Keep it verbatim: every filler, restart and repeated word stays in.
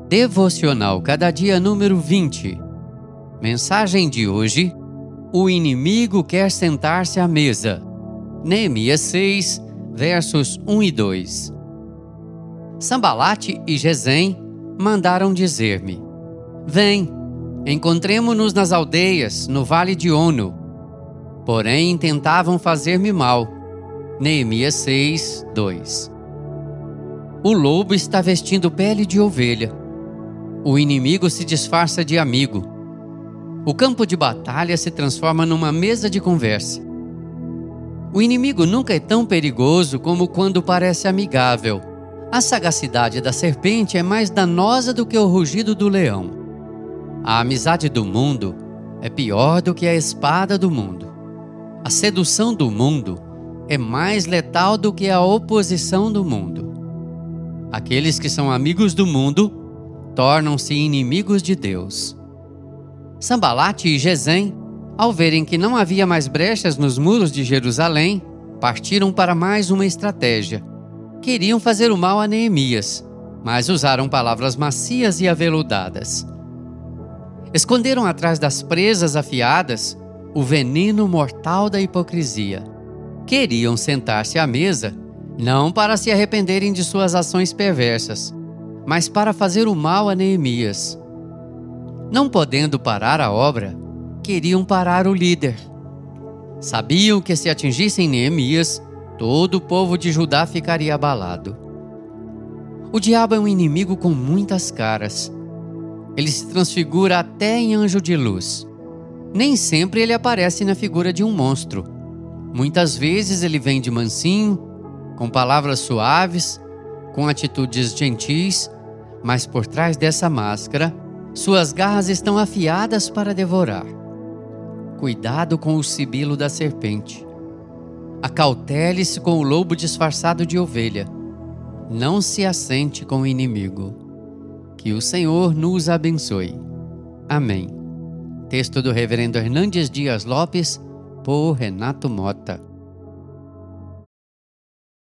Devocional Cada Dia número vinte. Mensagem de hoje: o inimigo quer sentar-se à mesa. Neemias seis, versos um e dois. Sambalate e Gesem mandaram dizer-me: Vem, encontremo-nos nas aldeias, no vale de Ono. Porém tentavam fazer-me mal. Neemias seis, dois. O lobo está vestindo pele de ovelha. O inimigo se disfarça de amigo. O campo de batalha se transforma numa mesa de conversa. O inimigo nunca é tão perigoso como quando parece amigável. A sagacidade da serpente é mais danosa do que o rugido do leão. A amizade do mundo é pior do que a espada do mundo. A sedução do mundo é mais letal do que a oposição do mundo. Aqueles que são amigos do mundo tornam-se inimigos de Deus. Sambalate e Gesem, ao verem que não havia mais brechas nos muros de Jerusalém, partiram para mais uma estratégia. Queriam fazer o mal a Neemias, mas usaram palavras macias e aveludadas. Esconderam atrás das presas afiadas o veneno mortal da hipocrisia. Queriam sentar-se à mesa, não para se arrependerem de suas ações perversas, mas para fazer o mal a Neemias. Não podendo parar a obra, queriam parar o líder. Sabiam que se atingissem Neemias, todo o povo de Judá ficaria abalado. O diabo é um inimigo com muitas caras. Ele se transfigura até em anjo de luz. Nem sempre ele aparece na figura de um monstro. Muitas vezes ele vem de mansinho, com palavras suaves, com atitudes gentis, mas por trás dessa máscara, suas garras estão afiadas para devorar. Cuidado com o sibilo da serpente. Acautele-se com o lobo disfarçado de ovelha. Não se assente com o inimigo. Que o Senhor nos abençoe. Amém. Texto do reverendo Hernandes Dias Lopes, por Renato Mota.